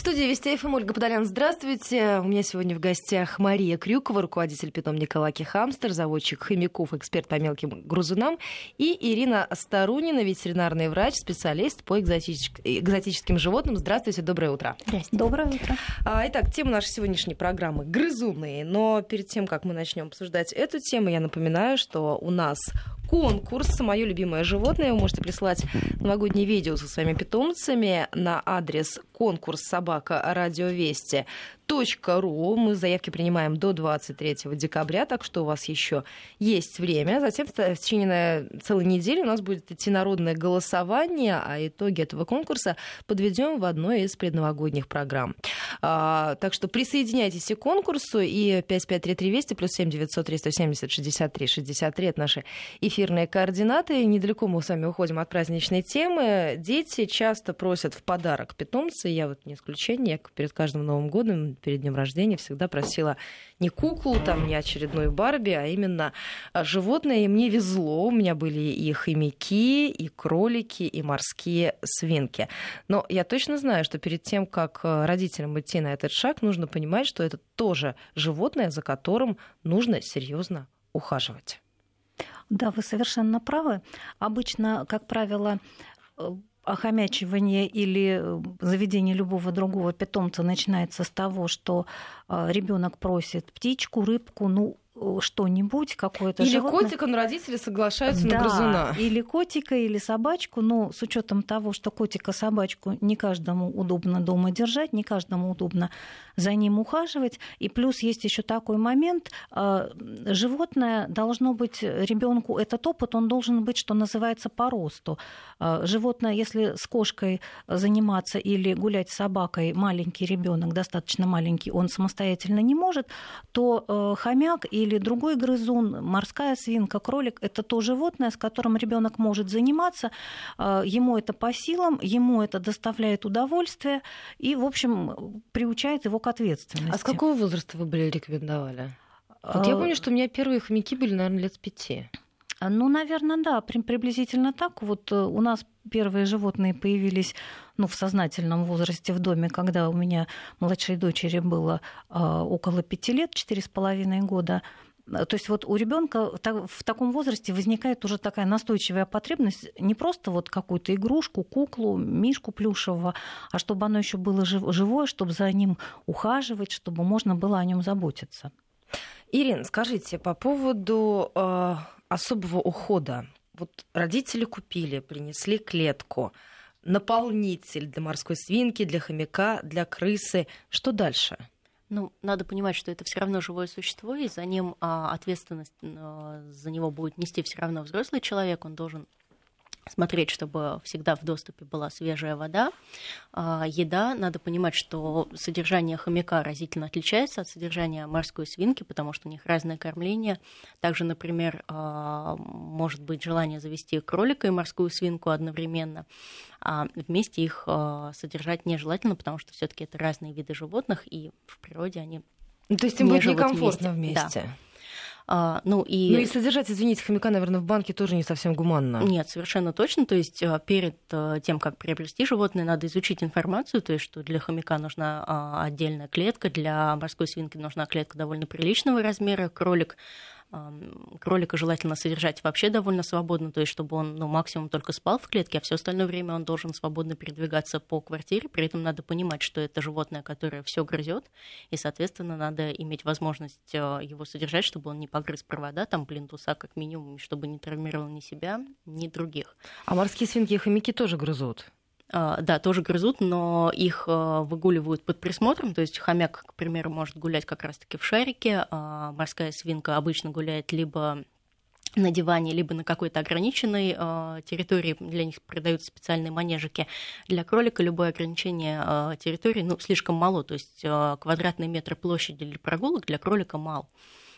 студии Вести ФМ Ольга Подолян. Здравствуйте. У меня сегодня в гостях Мария Крюкова, руководитель питомника Lucky Hamster, заводчик хомяков, эксперт по мелким грызунам, и Ирина Старунина, ветеринарный врач, специалист по экзотическим животным. Здравствуйте, доброе утро. Здравствуйте. Доброе утро. Итак, тема нашей сегодняшней программы — грызуны. Но перед тем, как мы начнем обсуждать эту тему, я напоминаю, что у нас конкурс «Мое любимое животное». Вы можете присылать новогодние видео со своими питомцами на адрес конкурс@радиовести.ру. Мы заявки принимаем до 23 декабря, так что у вас еще есть время. Затем в течение целой недели у нас будет идти народное голосование, а итоги этого конкурса подведем в одной из предновогодних программ. Так что присоединяйтесь и к конкурсу, и 553320 +7 900 370 63 63 — это наши эфирные координаты. Недалеко мы с вами уходим от праздничной темы. Дети часто просят в подарок питомца. Я вот не исключение. Я перед каждым Новым годом, перед днем рождения всегда просила не куклу, там, не очередную Барби, а именно животное. И мне везло. У меня были и хомяки, и кролики, и морские свинки. Но я точно знаю, что перед тем, как родителям идти на этот шаг, нужно понимать, что это тоже животное, за которым нужно серьезно ухаживать. Да, вы совершенно правы. Обычно, как правило, охомячивание или заведение любого другого питомца начинается с того, что ребенок просит птичку, рыбку, что-нибудь, какое-то или животное. котика, но родители соглашаются на грызуна. Или котика, или собачку, но с учетом того, что котика, собачку не каждому удобно дома держать, не каждому удобно за ним ухаживать. И плюс есть еще такой момент, животное должно быть ребенку, этот опыт, он должен быть, что называется, по росту. Животное, если с кошкой заниматься или гулять с собакой, маленький ребенок, достаточно маленький, он самостоятельно не может, то хомяк или другой грызун, морская свинка, кролик — это то животное, с которым ребенок может заниматься, ему это по силам, ему это доставляет удовольствие и, в общем, приучает его к ответственности. А с какого возраста вы бы рекомендовали? Вот я помню, что у меня первые хомяки были, наверное, лет с 5. Наверное, да, приблизительно так. Вот у нас первые животные появились в сознательном возрасте в доме, когда у меня младшей дочери было около 5 лет, 4,5 года. То есть вот у ребенка в таком возрасте возникает уже такая настойчивая потребность не просто вот какую-то игрушку, куклу, мишку плюшевого, а чтобы оно еще было живое, чтобы за ним ухаживать, чтобы можно было о нем заботиться. Ирина, скажите, по поводу особого ухода. Вот родители купили, принесли клетку, наполнитель для морской свинки, для хомяка, для крысы. Что дальше? Надо понимать, что это все равно живое существо, и за ним ответственность за него будет нести все равно взрослый человек. Он должен смотреть, чтобы всегда в доступе была свежая вода, еда. Надо понимать, что содержание хомяка разительно отличается от содержания морской свинки, потому что у них разное кормление. Также, например, может быть желание завести кролика и морскую свинку одновременно, а вместе их содержать нежелательно, потому что все-таки это разные виды животных, и в природе они то есть им будет некомфортно вместе. Да. И содержать, извините, хомяка, наверное, в банке тоже не совсем гуманно. Нет, совершенно точно. То есть перед тем, как приобрести животное, надо изучить информацию, то есть что для хомяка нужна отдельная клетка, для морской свинки нужна клетка довольно приличного размера, кролика желательно содержать вообще довольно свободно, то есть чтобы он максимум только спал в клетке, а все остальное время он должен свободно передвигаться по квартире. При этом надо понимать, что это животное, которое все грызет, и, соответственно, надо иметь возможность его содержать, чтобы он не погрыз провода, там плинтуса как минимум, чтобы не травмировал ни себя, ни других. А морские свинки и хомяки тоже грызут? Да, тоже грызут, но их выгуливают под присмотром, то есть хомяк, к примеру, может гулять как раз-таки в шарике, а морская свинка обычно гуляет либо на диване, либо на какой-то ограниченной территории, для них продаются специальные манежики. Для кролика любое ограничение территории слишком мало, то есть квадратный метр площади для прогулок для кролика мало.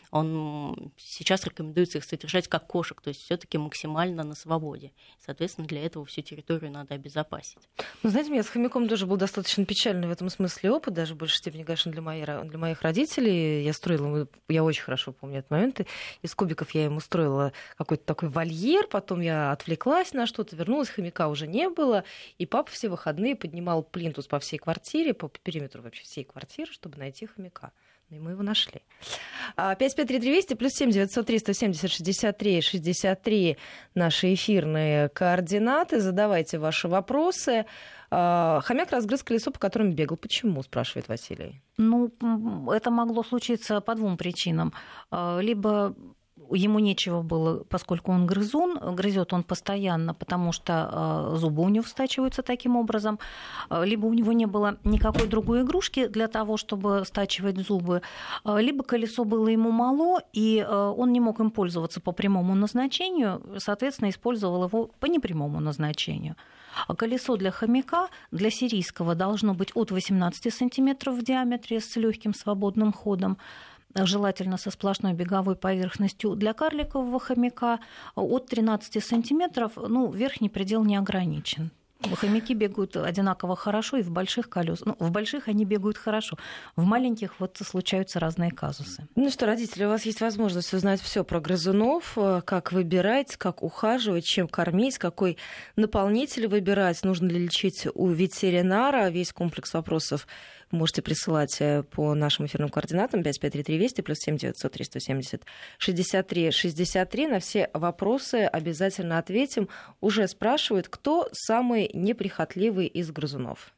Сейчас рекомендуется их содержать как кошек, то есть все-таки максимально на свободе. Соответственно, для этого всю территорию надо обезопасить. Ну, знаете, у меня с хомяком тоже был достаточно печальный в этом смысле опыт, даже в большей степени, конечно, для моих родителей. Я очень хорошо помню этот момент. Из кубиков я им устроила какой-то такой вольер, потом я отвлеклась на что-то, вернулась, хомяка уже не было, и папа все выходные поднимал плинтус по всей квартире, по периметру вообще всей квартиры, чтобы найти хомяка. И мы его нашли. 553320 +7 903 170 63 63 наши эфирные координаты. Задавайте ваши вопросы. Хомяк разгрыз колесо, по которому бегал. Почему, спрашивает Василий? Ну, это могло случиться по двум причинам. Либо ему нечего было, поскольку он грызун, грызет он постоянно, потому что зубы у него стачиваются таким образом, либо у него не было никакой другой игрушки для того, чтобы стачивать зубы, либо колесо было ему мало, и он не мог им пользоваться по прямому назначению, соответственно, использовал его по непрямому назначению. Колесо для хомяка, для сирийского, должно быть от 18 сантиметров в диаметре с легким свободным ходом, желательно со сплошной беговой поверхностью. Для карликового хомяка от 13 сантиметров, верхний предел не ограничен. Хомяки бегают одинаково хорошо и в больших колесах. В больших они бегают хорошо. В маленьких случаются разные казусы. Ну что, родители, у вас есть возможность узнать все про грызунов, как выбирать, как ухаживать, чем кормить, какой наполнитель выбирать, нужно ли лечить у ветеринара. Весь комплекс вопросов можете присылать по нашим эфирным координатам 553320 +7 903 170 63 63. На все вопросы обязательно ответим. Уже спрашивают, кто самый неприхотливый из грызунов?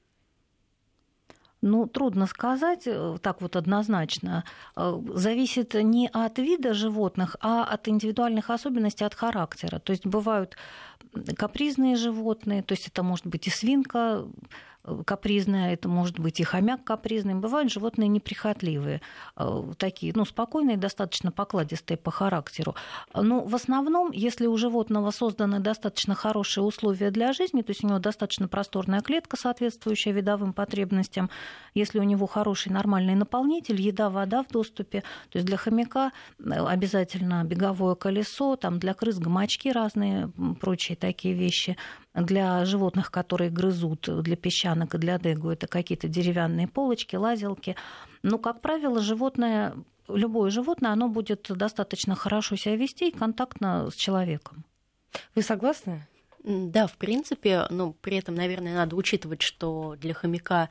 Трудно сказать так однозначно. Зависит не от вида животных, а от индивидуальных особенностей, от характера. То есть бывают капризные животные, то есть это может быть и свинка капризная, это может быть и хомяк капризный. Бывают животные неприхотливые, такие, спокойные, достаточно покладистые по характеру. Но в основном, если у животного созданы достаточно хорошие условия для жизни, то есть у него достаточно просторная клетка, соответствующая видовым потребностям, если у него хороший нормальный наполнитель, еда, вода в доступе, то есть для хомяка обязательно беговое колесо, для крыс гамачки разные, прочие такие вещи. Для животных, которые грызут, для песчанок и для дегу, это какие-то деревянные полочки, лазилки. Но, как правило, любое животное, оно будет достаточно хорошо себя вести и контактно с человеком. Вы согласны? Да, в принципе, но при этом, наверное, надо учитывать, что для хомяка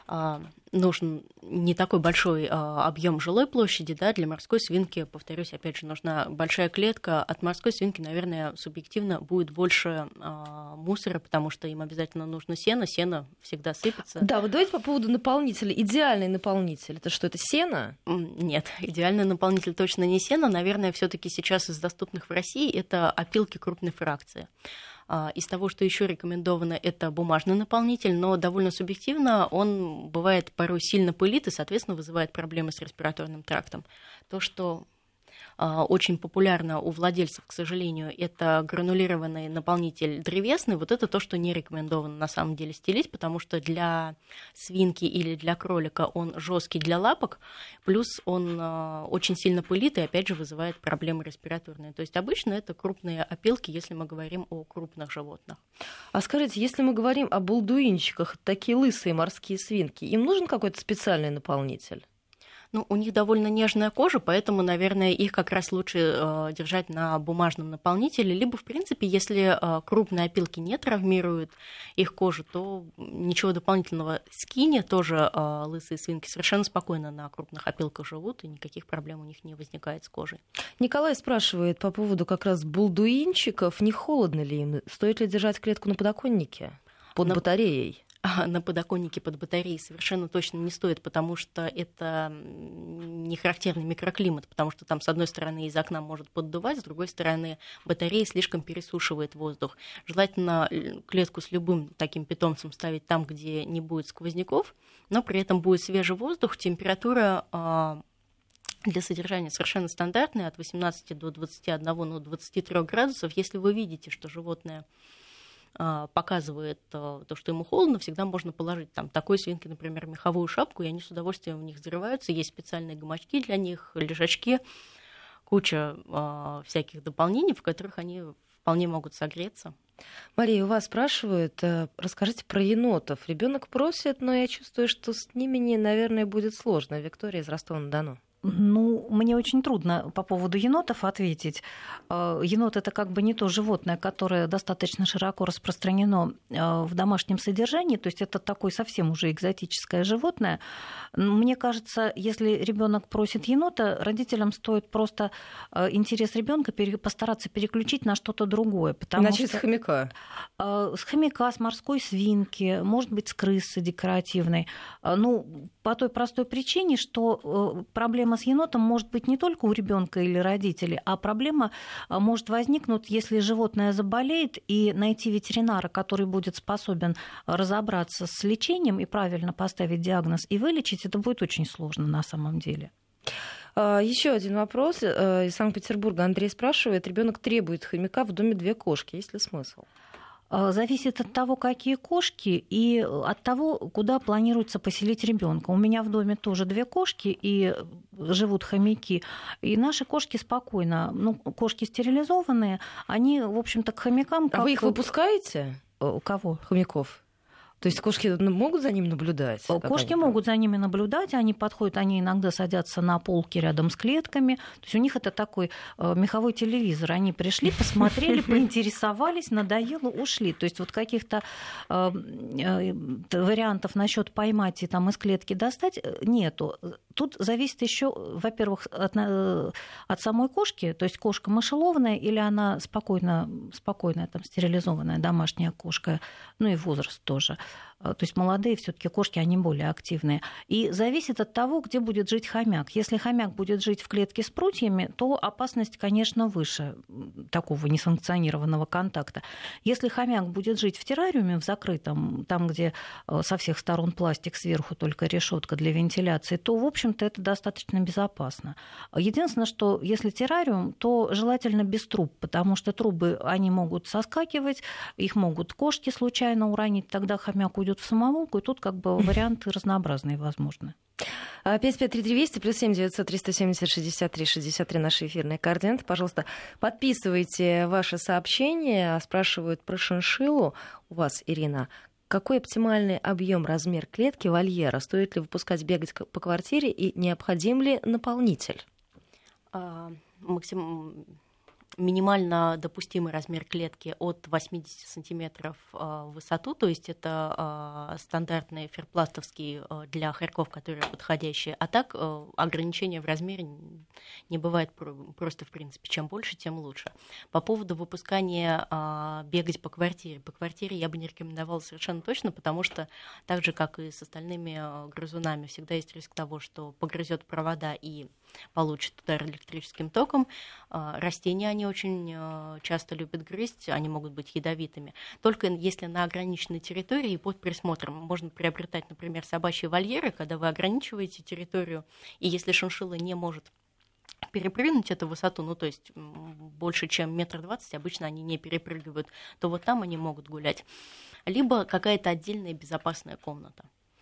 нужен не такой большой объем жилой площади, да, для морской свинки, повторюсь, опять же, нужна большая клетка. От морской свинки, наверное, субъективно будет больше мусора, потому что им обязательно нужно сено всегда сыпется. Да, вот давайте по поводу наполнителя. Идеальный наполнитель, это что, это сено? Нет, идеальный наполнитель точно не сено. Наверное, все-таки сейчас из доступных в России это опилки крупной фракции. Из того, что еще рекомендовано, это бумажный наполнитель, но довольно субъективно он бывает порой сильно пылит и, соответственно, вызывает проблемы с респираторным трактом. То, что очень популярно у владельцев, к сожалению, это гранулированный наполнитель древесный. Вот это то, что не рекомендовано на самом деле стелить, потому что для свинки или для кролика он жесткий для лапок, плюс он очень сильно пылит и, опять же, вызывает проблемы респираторные. То есть обычно это крупные опилки, если мы говорим о крупных животных. А скажите, если мы говорим о булдуинчиках, такие лысые морские свинки, им нужен какой-то специальный наполнитель? У них довольно нежная кожа, поэтому, наверное, их как раз лучше держать на бумажном наполнителе. Либо, в принципе, если крупные опилки не травмируют их кожу, то ничего дополнительного. Скини тоже лысые свинки совершенно спокойно на крупных опилках живут, и никаких проблем у них не возникает с кожей. Николай спрашивает по поводу как раз булдуинчиков. Не холодно ли им? Стоит ли держать клетку на подоконнике под батареей? На подоконнике под батареей совершенно точно не стоит, потому что это не характерный микроклимат, потому что там, с одной стороны, из окна может поддувать, с другой стороны, батарея слишком пересушивает воздух. Желательно клетку с любым таким питомцем ставить там, где не будет сквозняков, но при этом будет свежий воздух, температура для содержания совершенно стандартная, от 18 до 21, 23 градусов. Если вы видите, что животное показывает то, что ему холодно, всегда можно положить такой свинке, например, меховую шапку, и они с удовольствием в них взрываются. Есть специальные гамачки для них, лежачки, куча всяких дополнений, в которых они вполне могут согреться. Мария, у вас спрашивают, расскажите про енотов. Ребенок просит, но я чувствую, что с ними, наверное, будет сложно. Виктория из Ростова-на-Дону. Ну, мне очень трудно по поводу енотов ответить. Енот — это как бы не то животное, которое достаточно широко распространено в домашнем содержании, то есть это такое совсем уже экзотическое животное. Мне кажется, если ребенок просит енота, родителям стоит просто интерес ребенка постараться переключить на что-то другое. Начать с хомяка. С хомяка, с морской свинки, может быть, с крысы декоративной. Ну, по той простой причине, что проблема с енотом может быть не только у ребенка или родителей, а проблема может возникнуть, если животное заболеет, и найти ветеринара, который будет способен разобраться с лечением и правильно поставить диагноз и вылечить, это будет очень сложно на самом деле. Еще один вопрос из Санкт-Петербурга. Андрей спрашивает: ребенок требует хомяка, в доме 2 кошки. Есть ли смысл? Зависит от того, какие кошки, и от того, куда планируется поселить ребенка. У меня в доме тоже 2 кошки, и живут хомяки. И наши кошки спокойно, кошки стерилизованные, они, в общем-то, к хомякам... А вы их выпускаете? Кого? Хомяков. То есть кошки могут за ним наблюдать? Кошки могут за ними наблюдать, они подходят, они иногда садятся на полке рядом с клетками. То есть у них это такой меховой телевизор. Они пришли, посмотрели, поинтересовались, надоело, ушли. То есть вот каких-то вариантов насчет поймать и там из клетки достать нету. Тут зависит еще, во-первых, от самой кошки, то есть кошка мышеловная или она спокойная там, стерилизованная домашняя кошка, ну и возраст тоже. То есть молодые все-таки кошки, они более активные. И зависит от того, где будет жить хомяк. Если хомяк будет жить в клетке с прутьями, то опасность, конечно, выше такого несанкционированного контакта. Если хомяк будет жить в террариуме, в закрытом, там, где со всех сторон пластик, сверху только решетка для вентиляции, то, в общем-то, это достаточно безопасно. Единственное, что если террариум, то желательно без труб, потому что трубы, они могут соскакивать, их могут кошки случайно уронить, тогда хомяк уйдет в самоволку, и тут как бы варианты разнообразные возможны. 553320 плюс 7 900 370 63 63 наши эфирные координаты. Пожалуйста, подписывайте ваши сообщения. Спрашивают про шиншиллу. У вас, Ирина, какой оптимальный объем, размер клетки вольера? Стоит ли выпускать бегать по квартире и необходим ли наполнитель? Минимально допустимый размер клетки от 80 сантиметров в высоту, то есть это стандартный ферпластовский для хорьков, которые подходящие. А так ограничения в размере не бывает просто в принципе. Чем больше, тем лучше. По поводу выпускания бегать по квартире. По квартире я бы не рекомендовала совершенно точно, потому что так же, как и с остальными грызунами, всегда есть риск того, что погрызет провода и получит удар электрическим током. Растения они очень часто любят грызть, они могут быть ядовитыми. Только если на ограниченной территории и под присмотром можно приобретать, например, собачьи вольеры, когда вы ограничиваете территорию, и если шиншилла не может перепрыгнуть эту высоту, ну то есть больше, чем 1,20 м, обычно они не перепрыгивают, то вот там они могут гулять. Либо какая-то отдельная безопасная комната.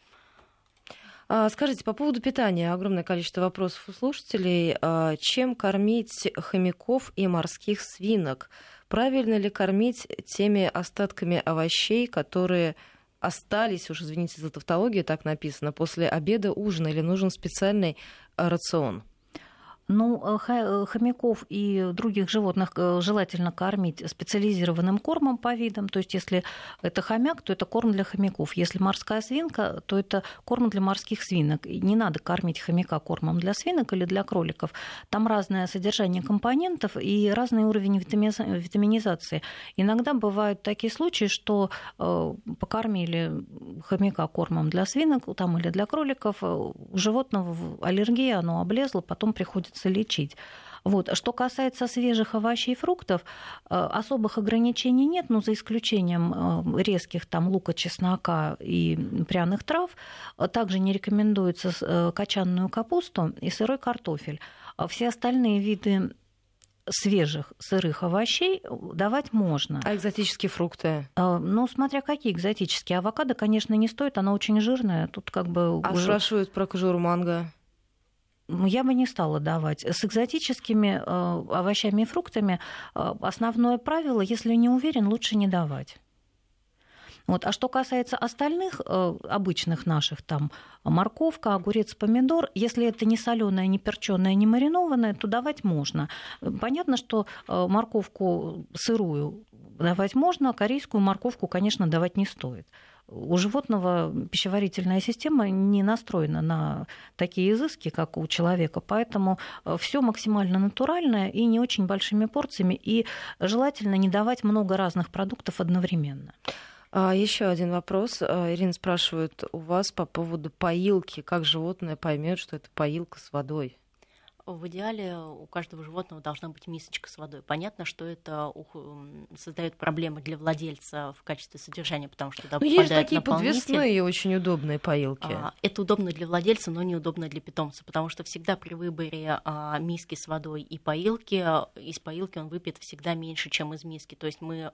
Скажите, по поводу питания огромное количество вопросов у слушателей. Чем кормить хомяков и морских свинок? Правильно ли кормить теми остатками овощей, которые остались, уж извините за тавтологию, так написано, после обеда, ужина, или нужен специальный рацион? Ну, хомяков и других животных желательно кормить специализированным кормом по видам. То есть, если это хомяк, то это корм для хомяков. Если морская свинка, то это корм для морских свинок. И не надо кормить хомяка кормом для свинок или для кроликов. Там разное содержание компонентов и разный уровень витаминизации. Иногда бывают такие случаи, что покормили хомяка кормом для свинок там, или для кроликов, у животного аллергия, оно облезло, потом приходится лечить. Вот. Что касается свежих овощей и фруктов, особых ограничений нет, но за исключением резких там, лука, чеснока и пряных трав. Также не рекомендуется кочанную капусту и сырой картофель. Все остальные виды свежих сырых овощей давать можно. А экзотические фрукты? Ну, смотря какие экзотические. Авокадо, конечно, не стоит, оно очень жирное. Тут как бы спрашивают про кожуру манго. Я бы не стала давать. С экзотическими овощами и фруктами основное правило, если не уверен, лучше не давать. Вот. А что касается остальных обычных наших, там морковка, огурец, помидор, если это не соленое, не перченое, не маринованное, то давать можно. Понятно, что морковку сырую давать можно, корейскую морковку, конечно, давать не стоит. У животного пищеварительная система не настроена на такие изыски, как у человека, поэтому все максимально натуральное и не очень большими порциями, и желательно не давать много разных продуктов одновременно. Еще один вопрос. Ирина спрашивает у вас по поводу поилки. Как животное поймет, что это поилка с водой? В идеале у каждого животного должна быть мисочка с водой. Понятно, что это создает проблемы для владельца в качестве содержания, потому что туда попадает есть такие наполнитель. Подвесные и очень удобные поилки. Это удобно для владельца, но неудобно для питомца, потому что всегда при выборе миски с водой и поилки, из поилки он выпьет всегда меньше, чем из миски. То есть мы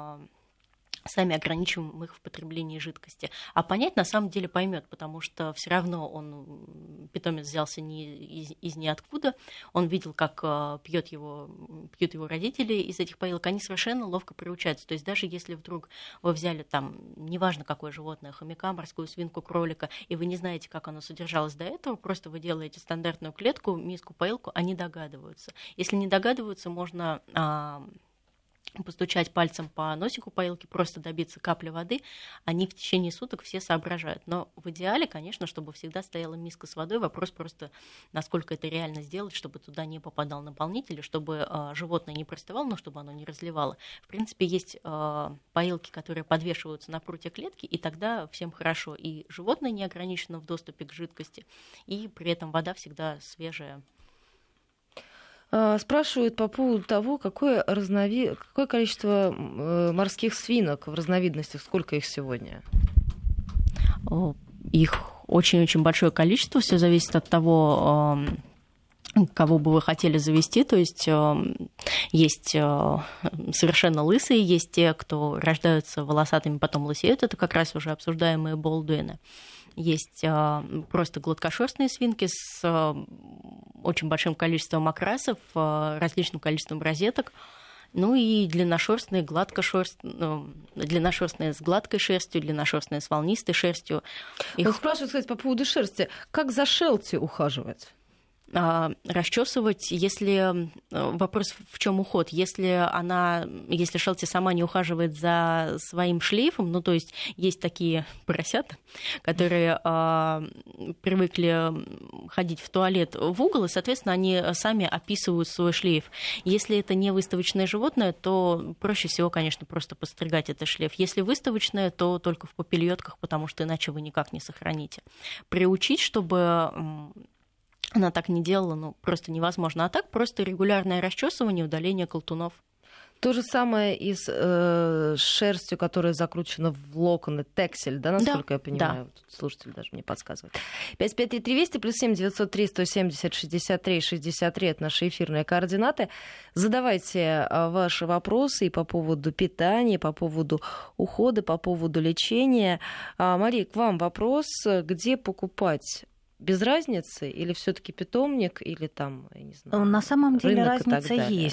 сами ограничиваем их в потреблении жидкости. А понять на самом деле поймет, потому что все равно питомец взялся не из ниоткуда, он видел, как пьют его родители из этих поилок, они совершенно ловко приучаются. То есть даже если вдруг вы взяли там, неважно какое животное, хомяка, морскую свинку, кролика, и вы не знаете, как оно содержалось до этого, просто вы делаете стандартную клетку, миску, поилку, они догадываются. Если не догадываются, можно постучать пальцем по носику поилки, просто добиться капли воды, они в течение суток все соображают. Но в идеале, конечно, чтобы всегда стояла миска с водой, вопрос просто, насколько это реально сделать, чтобы туда не попадал наполнитель, чтобы животное не простывало, но чтобы оно не разливало. В принципе, есть поилки, которые подвешиваются на прутья клетки, и тогда всем хорошо. И животное не ограничено в доступе к жидкости, и при этом вода всегда свежая. Спрашивают по поводу того, какое количество морских свинок в разновидностях, сколько их сегодня? Их очень-очень большое количество, все зависит от того, кого бы вы хотели завести, то есть есть совершенно лысые, есть те, кто рождаются волосатыми, потом лысеют, это как раз уже обсуждаемые болдуины. Есть просто гладкошерстные свинки с очень большим количеством окрасов, различным количеством розеток. Ну и длинношерстные, длинношерстные с гладкой шерстью, длинношерстные с волнистой шерстью. Их... Спрашивают, кстати, по поводу шерсти. Как за шелти ухаживать? Расчесывать, если вопрос в чем уход, если шелти сама не ухаживает за своим шлейфом, ну то есть есть такие поросята, которые привыкли ходить в туалет в угол, и, соответственно, они сами описывают свой шлейф. Если это не выставочное животное, то проще всего, конечно, просто постригать этот шлейф. Если выставочное, то только в попельотках, потому что иначе вы никак не сохраните. Приучить, чтобы она так не делала, просто невозможно. А так просто регулярное расчесывание, удаление колтунов. То же самое и с шерстью, которая закручена в локоны, тексель, да, насколько я понимаю? Да. Слушатель даже мне подсказывает. 553320 +7 903 170 63 63 это наши эфирные координаты. Задавайте ваши вопросы и по поводу питания, и по поводу ухода, по поводу лечения. Мария, к вам вопрос. Где покупать? Без разницы? Или все-таки питомник, или там, я не знаю, на самом деле разница есть.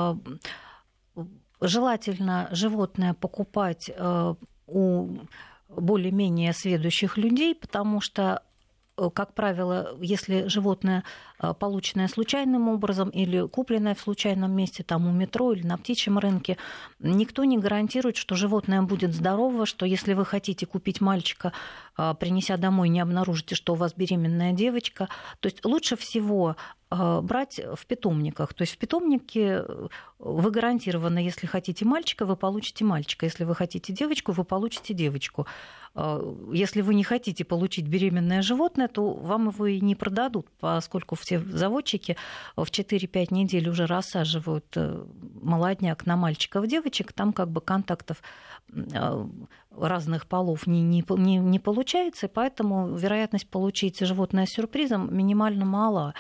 Желательно животное покупать у более-менее сведущих людей, потому что, как правило, если животное, полученное случайным образом или купленное в случайном месте, там у метро или на птичьем рынке, никто не гарантирует, что животное будет здорово, что если вы хотите купить мальчика, принеся домой, не обнаружите, что у вас беременная девочка. То есть лучше всего брать в питомниках. То есть в питомнике вы гарантированно, если хотите мальчика, вы получите мальчика. Если вы хотите девочку, вы получите девочку. Если вы не хотите получить беременное животное, то вам его и не продадут, поскольку все заводчики в 4-5 недель уже рассаживают молодняк на мальчиков, девочек. Там как бы контактов разных полов не получается, и поэтому вероятность получить животное с сюрпризом минимально мала.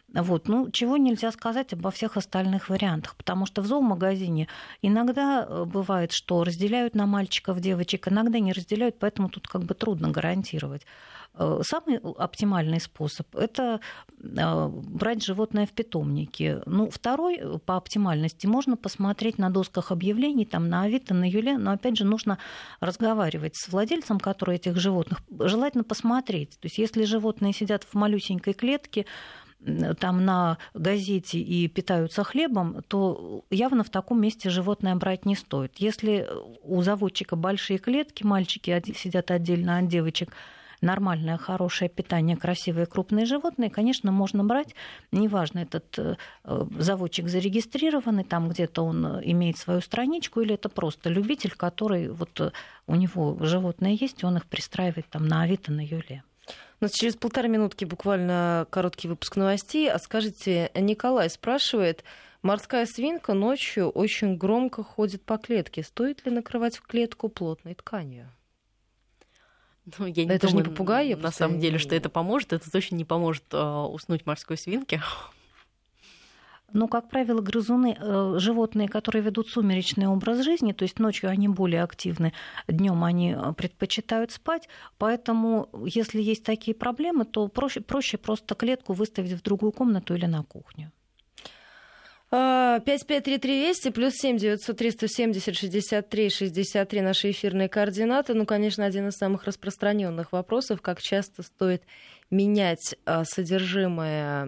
Вот. Ну, чего нельзя сказать обо всех остальных вариантах, потому что в зоомагазине иногда бывает, что разделяют на мальчиков, девочек, иногда не разделяют, поэтому тут как бы трудно гарантировать. Самый оптимальный способ – это брать животное в питомнике. Ну, второй по оптимальности можно посмотреть на досках объявлений, там, на Авито, на Юле, но, опять же, нужно разговаривать с владельцем, который этих животных, желательно посмотреть. То есть, если животные сидят в малюсенькой клетке, там на газете и питаются хлебом, то явно в таком месте животное брать не стоит. Если у заводчика большие клетки, мальчики сидят отдельно от девочек, нормальное, хорошее питание, красивые крупные животные, конечно, можно брать. Неважно, этот заводчик зарегистрированный, там где-то он имеет свою страничку, или это просто любитель, который вот у него животные есть, он их пристраивает там на Авито, на Юле. У нас через 1,5 минутки буквально короткий выпуск новостей. А скажите, Николай спрашивает, морская свинка ночью очень громко ходит по клетке. Стоит ли накрывать в клетку плотной тканью? Ну, я не это думаю, же не попугай, на самом деле, что это поможет. Это точно не поможет уснуть морской свинке. Ну, как правило, грызуны, животные, которые ведут сумеречный образ жизни, то есть ночью они более активны, днем они предпочитают спать, поэтому, если есть такие проблемы, то проще просто клетку выставить в другую комнату или на кухню. 553320 +7 903 170 63 63 наши эфирные координаты. Ну, конечно, один из самых распространенных вопросов, как часто стоит менять содержимое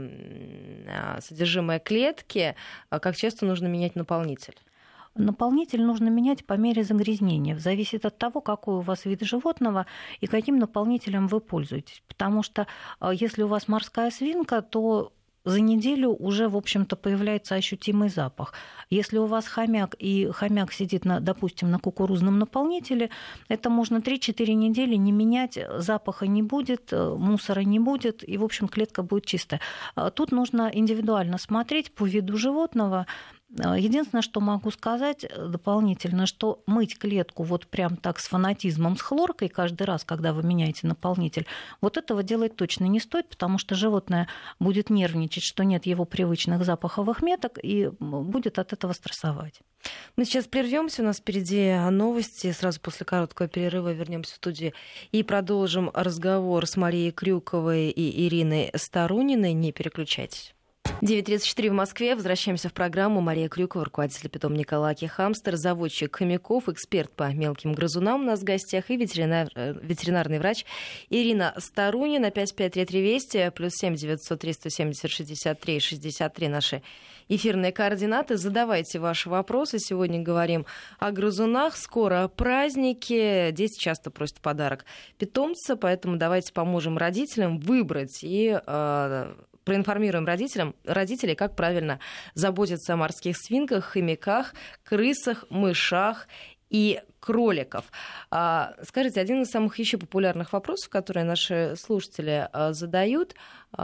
клетки, как часто нужно менять наполнитель? Наполнитель нужно менять по мере загрязнения. Зависит от того, какой у вас вид животного и каким наполнителем вы пользуетесь. Потому что если у вас морская свинка, то за неделю уже, в общем-то, появляется ощутимый запах. Если у вас хомяк, и хомяк сидит, допустим, на кукурузном наполнителе, это можно 3-4 недели не менять, запаха не будет, мусора не будет, и, в общем, клетка будет чистая. Тут нужно индивидуально смотреть по виду животного. Единственное, что могу сказать дополнительно, что мыть клетку вот прям так с фанатизмом, с хлоркой каждый раз, когда вы меняете наполнитель, вот этого делать точно не стоит, потому что животное будет нервничать, что нет его привычных запаховых меток, и будет от этого стрессовать. Мы сейчас прервемся, у нас впереди новости, сразу после короткого перерыва вернемся в студию и продолжим разговор с Марией Крюковой и Ириной Старуниной. Не переключайтесь. 9:34 в Москве. Возвращаемся в программу. Мария Крюкова, руководитель питомника Lucky Hamster, заводчик хомяков, эксперт по мелким грызунам у нас в гостях и ветеринарный врач Ирина Старунина. 553320 +7 903 170 63 63 наши эфирные координаты. Задавайте ваши вопросы. Сегодня говорим о грызунах. Скоро праздники. Дети часто просят подарок питомца, поэтому давайте поможем родителям выбрать и проинформируем родителей, как правильно заботиться о морских свинках, хомяках, крысах, мышах и кроликов. Скажите, один из самых еще популярных вопросов, которые наши слушатели задают,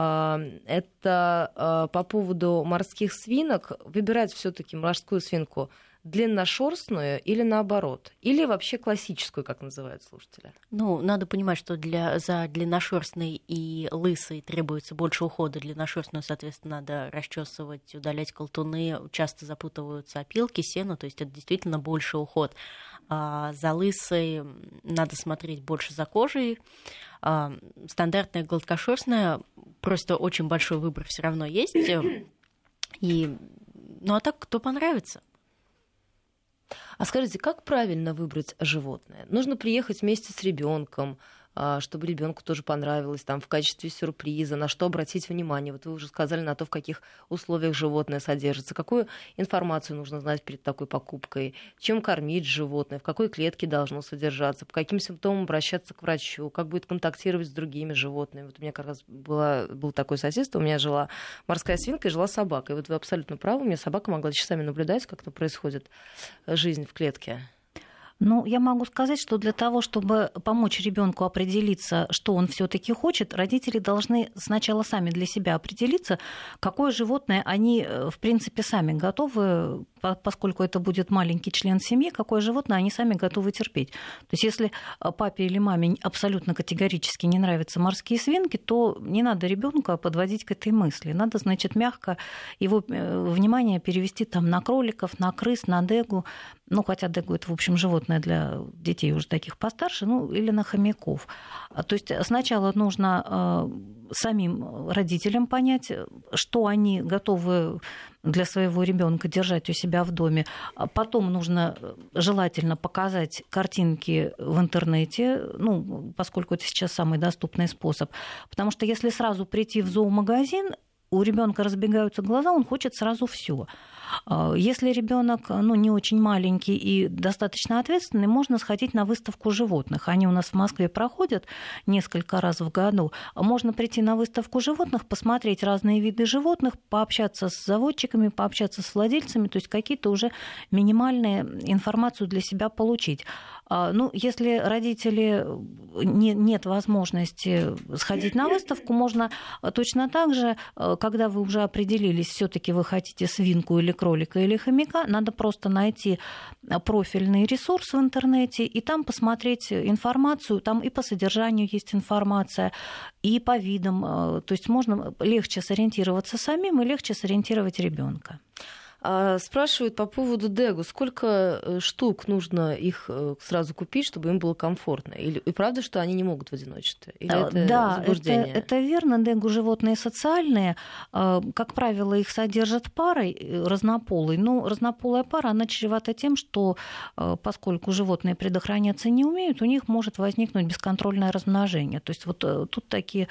это по поводу морских свинок. Выбирать все-таки морскую свинку длинношерстную или наоборот? Или вообще классическую, как называют слушатели? Ну, надо понимать, что за длинношерстной и лысой требуется больше ухода. Длинношерстную, соответственно, надо расчесывать, удалять колтуны, часто запутываются опилки, сено, то есть это действительно больше уход. За лысой надо смотреть больше за кожей. Стандартная гладкошерстная, просто очень большой выбор все равно есть. Ну а так, кто понравится? А скажите, как правильно выбрать животное? Нужно приехать вместе с ребенком, чтобы ребенку тоже понравилось, там, в качестве сюрприза, на что обратить внимание. Вот вы уже сказали на то, в каких условиях животное содержится, какую информацию нужно знать перед такой покупкой, чем кормить животное, в какой клетке должно содержаться, по каким симптомам обращаться к врачу, как будет контактировать с другими животными. Вот у меня как раз был такое соседство, у меня жила морская свинка и жила собака. И вот вы абсолютно правы, у меня собака могла часами наблюдать, как это происходит жизнь в клетке. Ну, я могу сказать, что для того, чтобы помочь ребенку определиться, что он все-таки хочет, родители должны сначала сами для себя определиться, какое животное они, в принципе, сами готовы поскольку это будет маленький член семьи, какое животное они сами готовы терпеть. То есть если папе или маме абсолютно категорически не нравятся морские свинки, то не надо ребенка подводить к этой мысли. Надо, значит, мягко его внимание перевести там на кроликов, на крыс, на дегу. Ну, хотя дегу это, в общем, животное для детей уже таких постарше, ну, или на хомяков. То есть сначала нужно самим родителям понять, что они готовы для своего ребенка держать у себя в доме. Потом нужно желательно показать картинки в интернете, ну, поскольку это сейчас самый доступный способ. Потому что если сразу прийти в зоомагазин, у ребенка разбегаются глаза, он хочет сразу все. Если ребенок не очень маленький и достаточно ответственный, можно сходить на выставку животных. Они у нас в Москве проходят несколько раз в году. Можно прийти на выставку животных, посмотреть разные виды животных, пообщаться с заводчиками, пообщаться с владельцами, то есть какие-то уже минимальные информацию для себя получить. Ну, если родители нет возможности сходить на выставку, можно точно так же, когда вы уже определились, все-таки вы хотите свинку или кролика или хомяка, надо просто найти профильный ресурс в интернете и там посмотреть информацию, там и по содержанию есть информация, и по видам. То есть можно легче сориентироваться самим и легче сориентировать ребенка. Спрашивают по поводу дегу. Сколько штук нужно их сразу купить, чтобы им было комфортно? Или и правда, что они не могут в одиночестве? Или это заблуждение? Да, это верно. Дегу животные социальные. Как правило, их содержат парой разнополой. Но разнополая пара, она чревата тем, что поскольку животные предохраняться не умеют, у них может возникнуть бесконтрольное размножение. То есть вот тут такие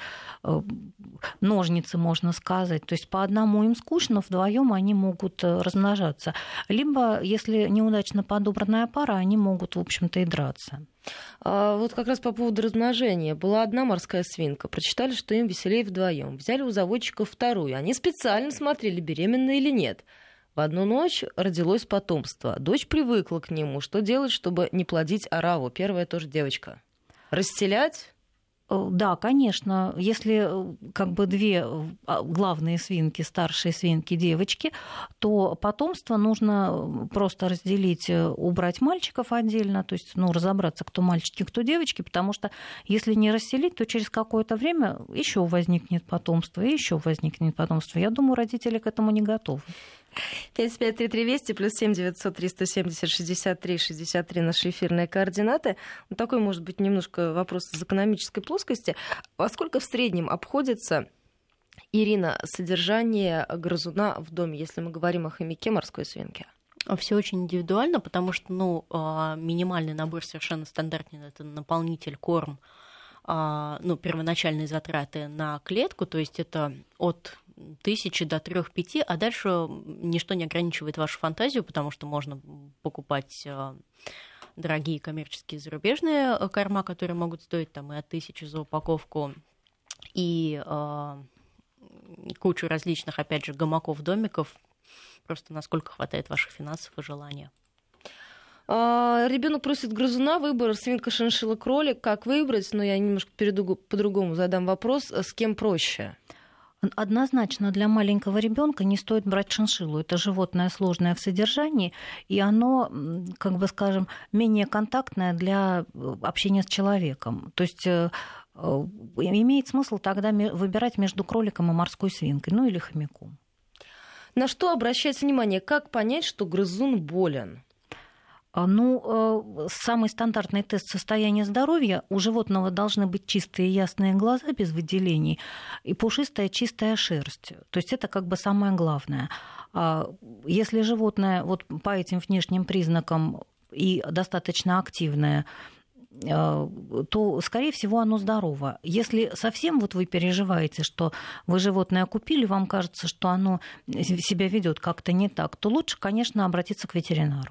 ножницы, можно сказать. То есть по одному им скучно, вдвоем они могут размножаться. Либо, если неудачно подобранная пара, они могут, в общем-то, и драться. Вот как раз по поводу размножения. Была одна морская свинка. Прочитали, что им веселее вдвоем. Взяли у заводчиков вторую. Они специально смотрели, беременна или нет. В одну ночь родилось потомство. Дочь привыкла к нему. Что делать, чтобы не плодить ораву? Первая тоже девочка. Расселять? Да, конечно, если как бы две главные свинки, старшие свинки, девочки, то потомство нужно просто разделить, убрать мальчиков отдельно, то есть разобраться, кто мальчики, кто девочки, потому что если не расселить, то через какое-то время еще возникнет потомство, и еще возникнет потомство. Я думаю, родители к этому не готовы. 553320 плюс 7 900 370 63 63 наши эфирные координаты. Вот такой, может быть, немножко вопрос из экономической плоскости. Во сколько в среднем обходится, Ирина, содержание грызуна в доме, если мы говорим о хомяке, морской свинке? Все очень индивидуально, потому что минимальный набор совершенно стандартный. Это наполнитель, корм, первоначальные затраты на клетку, то есть это от 1000 до 3-5, а дальше ничто не ограничивает вашу фантазию, потому что можно покупать дорогие коммерческие зарубежные корма, которые могут стоить там и от 1000 за упаковку, и кучу различных, опять же, гамаков, домиков, просто насколько хватает ваших финансов и желания. Ребенок просит грызуна, выбор свинка, шиншилла, кролик. Как выбрать? Но я немножко по-другому задам вопрос. С кем проще? Однозначно для маленького ребенка не стоит брать шиншиллу. Это животное сложное в содержании, и оно, как бы скажем, менее контактное для общения с человеком. То есть имеет смысл тогда выбирать между кроликом и морской свинкой, или хомяком. На что обращать внимание? Как понять, что грызун болен? Самый стандартный тест состояния здоровья. У животного должны быть чистые ясные глаза без выделений и пушистая чистая шерсть. То есть это как бы самое главное. Если животное по этим внешним признакам и достаточно активное, то, скорее всего, оно здорово. Если совсем вы переживаете, что вы животное купили, вам кажется, что оно себя ведет как-то не так, то лучше, конечно, обратиться к ветеринару.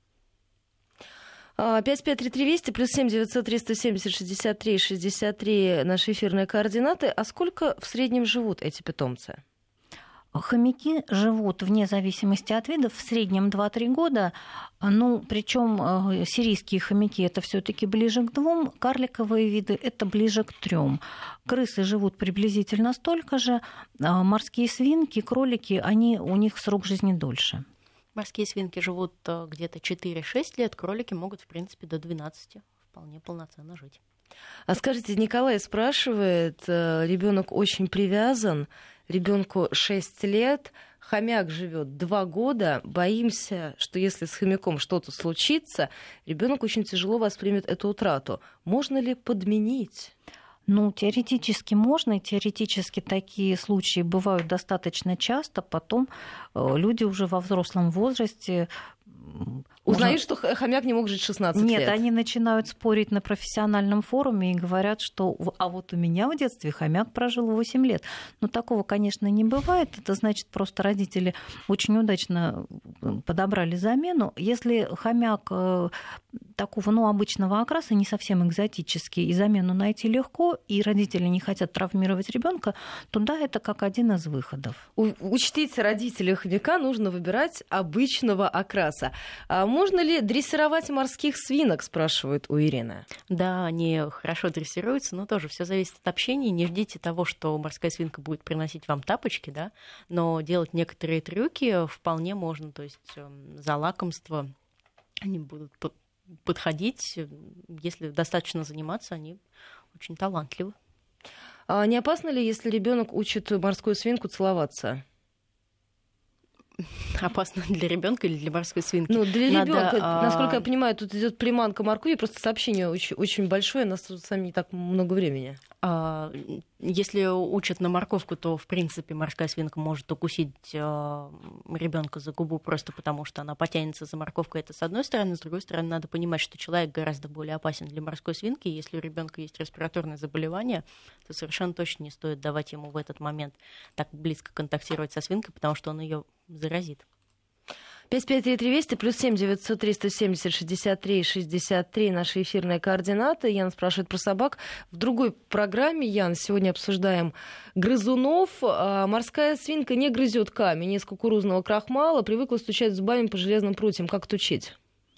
553320 плюс 7 900 370 63 63 наши эфирные координаты. А сколько в среднем живут эти питомцы? Хомяки живут вне зависимости от видов в среднем 2-3 года. Причем сирийские хомяки это все-таки ближе к 2, карликовые виды это ближе к 3. Крысы живут приблизительно столько же, морские свинки, кролики, у них срок жизни дольше. Морские свинки живут где-то 4-6 лет, кролики могут, в принципе, до 12 вполне полноценно жить. А скажите, Николай спрашивает, ребенок очень привязан, ребенку 6 лет, хомяк живет 2 года, боимся, что если с хомяком что-то случится, ребенок очень тяжело воспримет эту утрату. Можно ли подменить? Ну, теоретически можно, и теоретически такие случаи бывают достаточно часто. Потом люди уже во взрослом возрасте узнают, что хомяк не мог жить 16 лет. Нет, они начинают спорить на профессиональном форуме и говорят, что а вот у меня в детстве хомяк прожил 8 лет. Но такого, конечно, не бывает. Это значит, просто родители очень удачно подобрали замену. Если хомяк такого, обычного окраса, не совсем экзотический, и замену найти легко, и родители не хотят травмировать ребенка, то да, это как один из выходов. Учтите, родители хомяка нужно выбирать обычного окраса. А можно ли дрессировать морских свинок, спрашивает у Ирины. Да, они хорошо дрессируются, но тоже все зависит от общения. Не ждите того, что морская свинка будет приносить вам тапочки, да, но делать некоторые трюки вполне можно. То есть за лакомство они будут подходить. Если достаточно заниматься, они очень талантливы. А не опасно ли, если ребенок учит морскую свинку целоваться? Опасно для ребенка или для морской свинки? Ну, для ребенка, насколько я понимаю, тут идет приманка моркови, просто сообщение очень большое, у нас тут сами не так много времени. Если учат на морковку, то, в принципе, морская свинка может укусить ребенка за губу просто потому, что она потянется за морковкой. Это с одной стороны. С другой стороны, надо понимать, что человек гораздо более опасен для морской свинки. Если у ребенка есть респираторное заболевание, то совершенно точно не стоит давать ему в этот момент так близко контактировать со свинкой, потому что он ее заразит. 553320 плюс 7 903 170 63 63 наши эфирные координаты. Ян спрашивает про собак. В другой программе, Ян, сегодня обсуждаем грызунов. Морская свинка не грызет камень из кукурузного крахмала, привыкла стучать зубами по железным прутьям. Как отучить?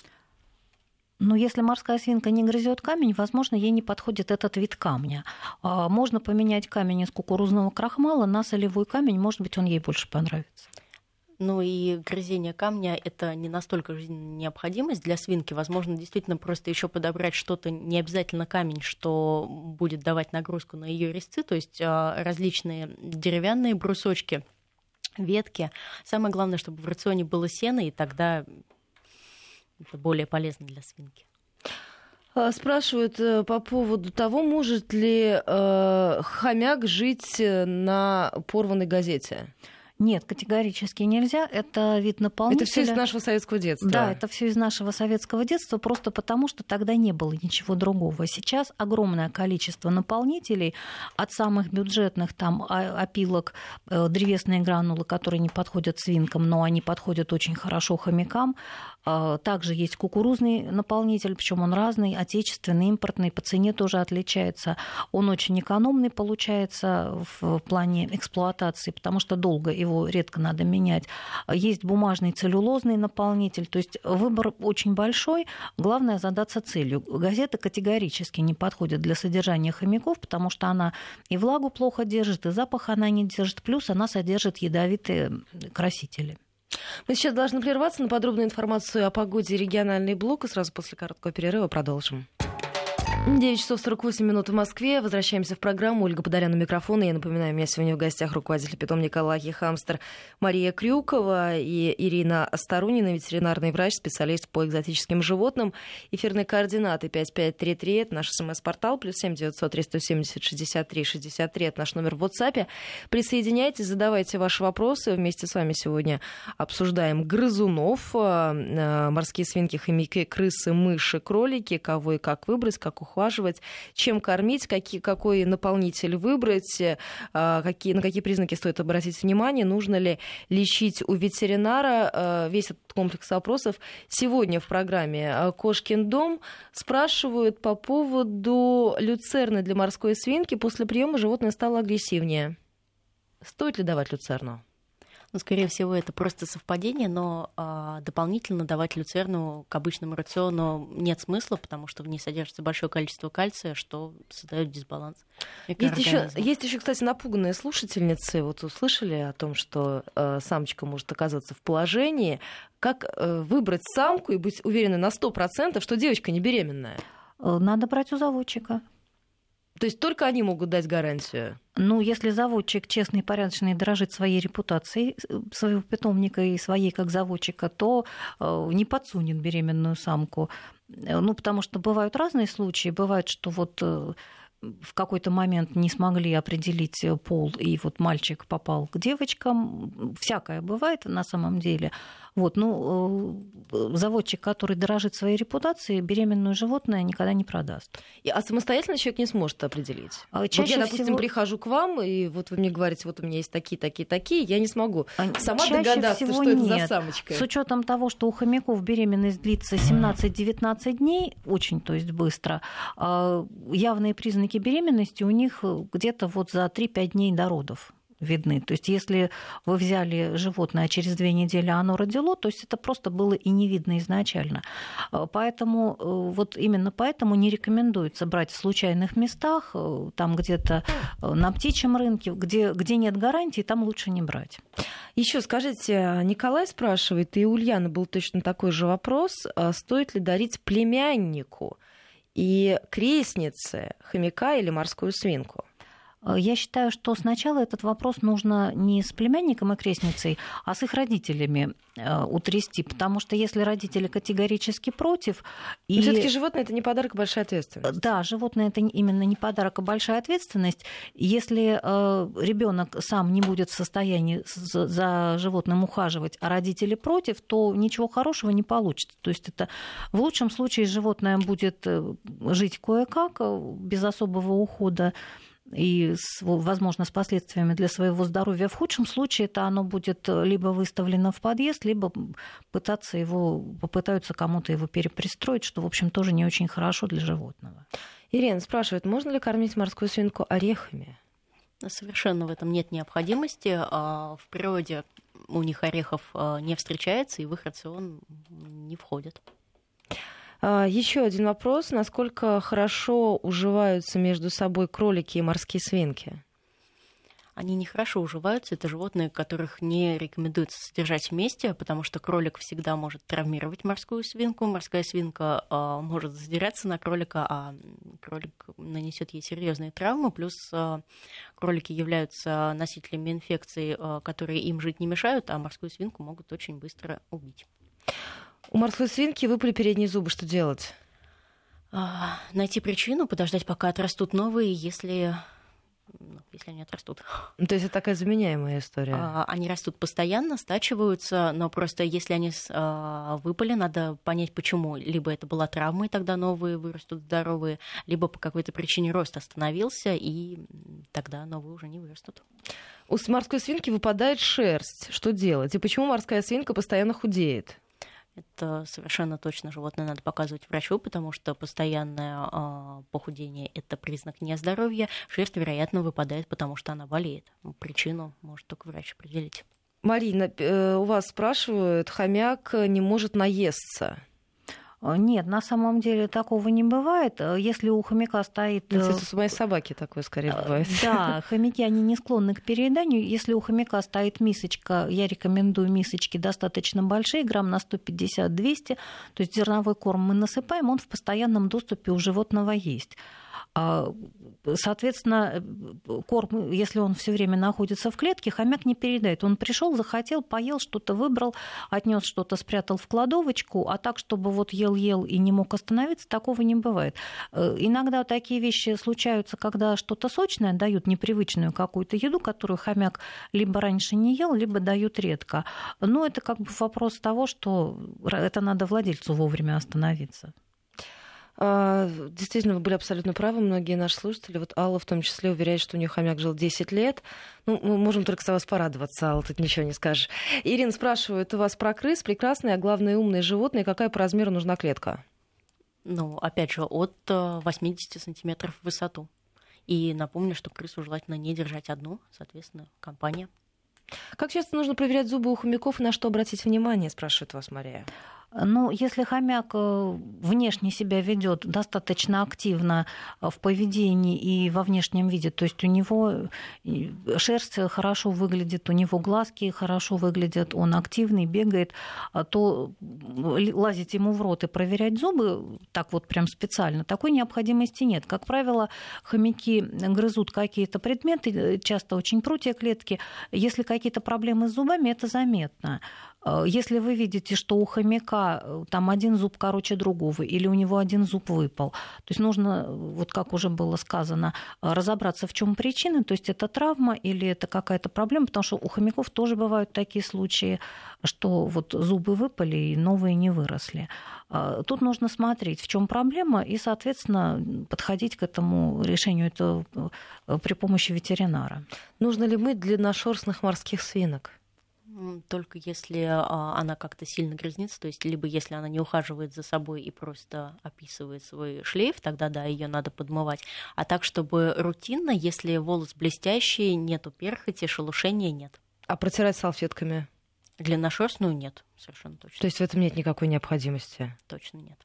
Но если морская свинка не грызет камень, возможно, ей не подходит этот вид камня. Можно поменять камень из кукурузного крахмала на солевой камень, может быть, он ей больше понравится. Ну и грызение камня — это не настолько жизненная необходимость для свинки. Возможно, действительно просто еще подобрать что-то, не обязательно камень, что будет давать нагрузку на ее резцы, то есть различные деревянные брусочки, ветки. Самое главное, чтобы в рационе было сено, и тогда это более полезно для свинки. Спрашивают по поводу того, может ли хомяк жить на порванной газете. Нет, категорически нельзя. Это вид наполнителя. Это все из нашего советского детства. Да, это все из нашего советского детства, просто потому, что тогда не было ничего другого. Сейчас огромное количество наполнителей, от самых бюджетных, там, опилок, древесные гранулы, которые не подходят свинкам, но они подходят очень хорошо хомякам. Также есть кукурузный наполнитель, причем он разный, отечественный, импортный, по цене тоже отличается. Он очень экономный получается в плане эксплуатации, потому что долго его редко надо менять. Есть бумажный целлюлозный наполнитель, то есть выбор очень большой. Главное задаться целью. Газета категорически не подходит для содержания хомяков, потому что она и влагу плохо держит, и запах она не держит, плюс она содержит ядовитые красители. Мы сейчас должны прерваться на подробную информацию о погоде и региональный блок, и сразу после короткого перерыва продолжим. 9 часов 48 минут в Москве. Возвращаемся в программу. Ольга Подолян у микрофона. Я напоминаю, у меня сегодня в гостях руководитель питомника «Лаки Хамстер» Мария Крюкова и Ирина Старунина, ветеринарный врач, специалист по экзотическим животным. Эфирные координаты 5533, это наш СМС-портал, плюс 7 903 170 63 63, это наш номер в WhatsApp. Присоединяйтесь, задавайте ваши вопросы. Вместе с вами сегодня обсуждаем грызунов, морские свинки, хомяки, крысы, мыши, кролики, кого и как выбрать, как ухаживать, чем кормить, какой наполнитель выбрать, на какие признаки стоит обратить внимание, нужно ли лечить у ветеринара. Весь этот комплекс вопросов сегодня в программе «Кошкин дом». Спрашивают по поводу люцерны для морской свинки. После приема животное стало агрессивнее. Стоит ли давать люцерну? Ну, скорее всего, это просто совпадение, но дополнительно давать люцерну к обычному рациону нет смысла, потому что в ней содержится большое количество кальция, что создает дисбаланс микроорганизмов. Есть еще, кстати, напуганные слушательницы. Вот услышали о том, что самочка может оказаться в положении. Как выбрать самку и быть уверенной на 100%, что девочка не беременная? Надо брать у заводчика. То есть только они могут дать гарантию? Ну, если заводчик честный, порядочный, дорожит своей репутацией своего питомника и своей как заводчика, то не подсунет беременную самку. Ну, потому что бывают разные случаи. Бывает, что вот в какой-то момент не смогли определить пол, и вот мальчик попал к девочкам. Всякое бывает на самом деле. Вот, ну, заводчик, который дорожит своей репутацией, беременное животное никогда не продаст. А самостоятельно человек не сможет определить? Чаще вот я, допустим, всего... прихожу к вам, и вот вы мне говорите, вот у меня есть такие, я не смогу сама Чаще догадаться, всего что нет. это за самочка. С учетом того, что у хомяков беременность длится 17-19 дней, очень, то есть быстро, явные признаки беременности у них где-то вот за 3-5 дней до родов видны. То есть если вы взяли животное, а через 2 недели оно родило, то есть это просто было и не видно изначально. Поэтому вот именно поэтому не рекомендуется брать в случайных местах, там где-то на птичьем рынке, где нет гарантии, там лучше не брать. Еще скажите, Николай спрашивает, и у Ульяны был точно такой же вопрос, стоит ли дарить племяннику и крестнице хомяка или морскую свинку? Я считаю, что сначала этот вопрос нужно не с племянником и крестницей, а с их родителями утрясти, потому что если родители категорически против... Но всё-таки животное — это не подарок, а большая ответственность. Да, животное — это именно не подарок, а большая ответственность. Если ребенок сам не будет в состоянии за животным ухаживать, а родители против, то ничего хорошего не получится. То есть это в лучшем случае животное будет жить кое-как, без особого ухода, и, возможно, с последствиями для своего здоровья. В худшем случае это оно будет либо выставлено в подъезд, либо попытаются кому-то его перепристроить, что, в общем, тоже не очень хорошо для животного. Ирина спрашивает, можно ли кормить морскую свинку орехами? Совершенно в этом нет необходимости. В природе у них орехов не встречается, и в их рацион не входят. Еще один вопрос. Насколько хорошо уживаются между собой кролики и морские свинки? Они нехорошо уживаются. Это животные, которых не рекомендуется содержать вместе, потому что кролик всегда может травмировать морскую свинку. Морская свинка может задираться на кролика, а кролик нанесет ей серьезные травмы. Плюс кролики являются носителями инфекций, которые им жить не мешают, а морскую свинку могут очень быстро убить. У морской свинки выпали передние зубы. Что делать? Найти причину, подождать, пока отрастут новые, если они отрастут. То есть это такая заменяемая история? Они растут постоянно, стачиваются, но просто если они выпали, надо понять, почему. Либо это была травма, и тогда новые вырастут здоровые, либо по какой-то причине рост остановился, и тогда новые уже не вырастут. У морской свинки выпадает шерсть. Что делать? И почему морская свинка постоянно худеет? Это совершенно точно животное надо показывать врачу, потому что постоянное похудение – это признак нездоровья. Шерсть, вероятно, выпадает, потому что она болеет. Причину может только врач определить. Марина, у вас спрашивают, хомяк не может наесться. Нет, на самом деле такого не бывает. Если у хомяка стоит... У моей собаки такое скорее бывает. Да, хомяки, они не склонны к перееданию. Если у хомяка стоит мисочка, я рекомендую мисочки достаточно большие, грамм на 150-200, то есть зерновой корм мы насыпаем, он в постоянном доступе у животного есть. Соответственно, корм, если он все время находится в клетке, хомяк не передает. Он пришел, захотел, поел, что-то выбрал, отнес что-то, спрятал в кладовочку, а так, чтобы вот ел и не мог остановиться, такого не бывает. Иногда такие вещи случаются, когда что-то сочное дают, непривычную какую-то еду, которую хомяк либо раньше не ел, либо дают редко. Но это как бы вопрос того, что это надо владельцу вовремя остановиться. Действительно, вы были абсолютно правы. Многие наши слушатели, вот Алла в том числе, уверяет, что у нее хомяк жил 10 лет. Ну, мы можем только за вас порадоваться, Алла, тут ничего не скажешь. Ирина спрашивает у вас про крыс. Прекрасные, а главное, умные животные. Какая по размеру нужна клетка? Ну, опять же, от 80 сантиметров в высоту. И напомню, что крысу желательно не держать одну, соответственно, компания. Как часто нужно проверять зубы у хомяков и на что обратить внимание, спрашивает вас Мария. Ну, если хомяк внешне себя ведет достаточно активно в поведении и во внешнем виде, то есть у него шерсть хорошо выглядит, у него глазки хорошо выглядят, он активный, бегает, то лазить ему в рот и проверять зубы так вот прям специально, такой необходимости нет. Как правило, хомяки грызут какие-то предметы, часто очень прутья клетки. Если какие-то проблемы с зубами, это заметно. Если вы видите, что у хомяка там один зуб короче другого, или у него один зуб выпал, то есть нужно, вот как уже было сказано, разобраться, в чем причина, то есть это травма или это какая-то проблема, потому что у хомяков тоже бывают такие случаи, что вот зубы выпали и новые не выросли. Тут нужно смотреть, в чем проблема, и, соответственно, подходить к этому решению этого при помощи ветеринара. Нужно ли мыть длинношерстных морских свинок? Только если она как-то сильно грязнится, то есть либо если она не ухаживает за собой и просто описывает свой шлейф, тогда да, ее надо подмывать. А так, чтобы рутинно, если волос блестящий, нету перхоти, шелушения нет. А протирать салфетками? Длинношерстную нет, совершенно точно. То есть в этом нет никакой необходимости? Точно нет.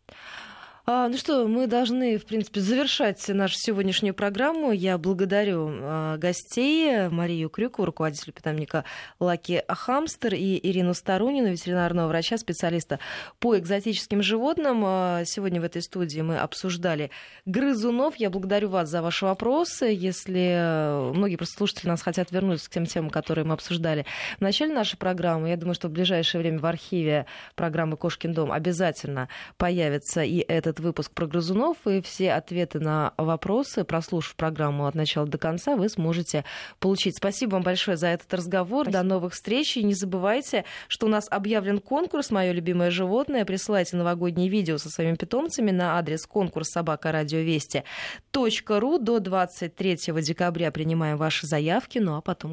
Ну что, мы должны, в принципе, завершать нашу сегодняшнюю программу. Я благодарю гостей Марию Крюкову, руководителя питомника Lucky Hamster, и Ирину Старунину, ветеринарного врача, специалиста по экзотическим животным. Сегодня в этой студии мы обсуждали грызунов. Я благодарю вас за ваши вопросы. Если многие просто слушатели нас хотят вернуться к тем темам, которые мы обсуждали в начале нашей программы, я думаю, что в ближайшее время в архиве программы «Кошкин дом» обязательно появится и этот выпуск про грызунов, и все ответы на вопросы, прослушав программу от начала до конца, вы сможете получить. Спасибо вам большое за этот разговор. Спасибо. До новых встреч. И не забывайте, что у нас объявлен конкурс «Мое любимое животное». Присылайте новогодние видео со своими питомцами на адрес конкурс@радиовести.ру. До 23 декабря принимаем ваши заявки. Ну а потом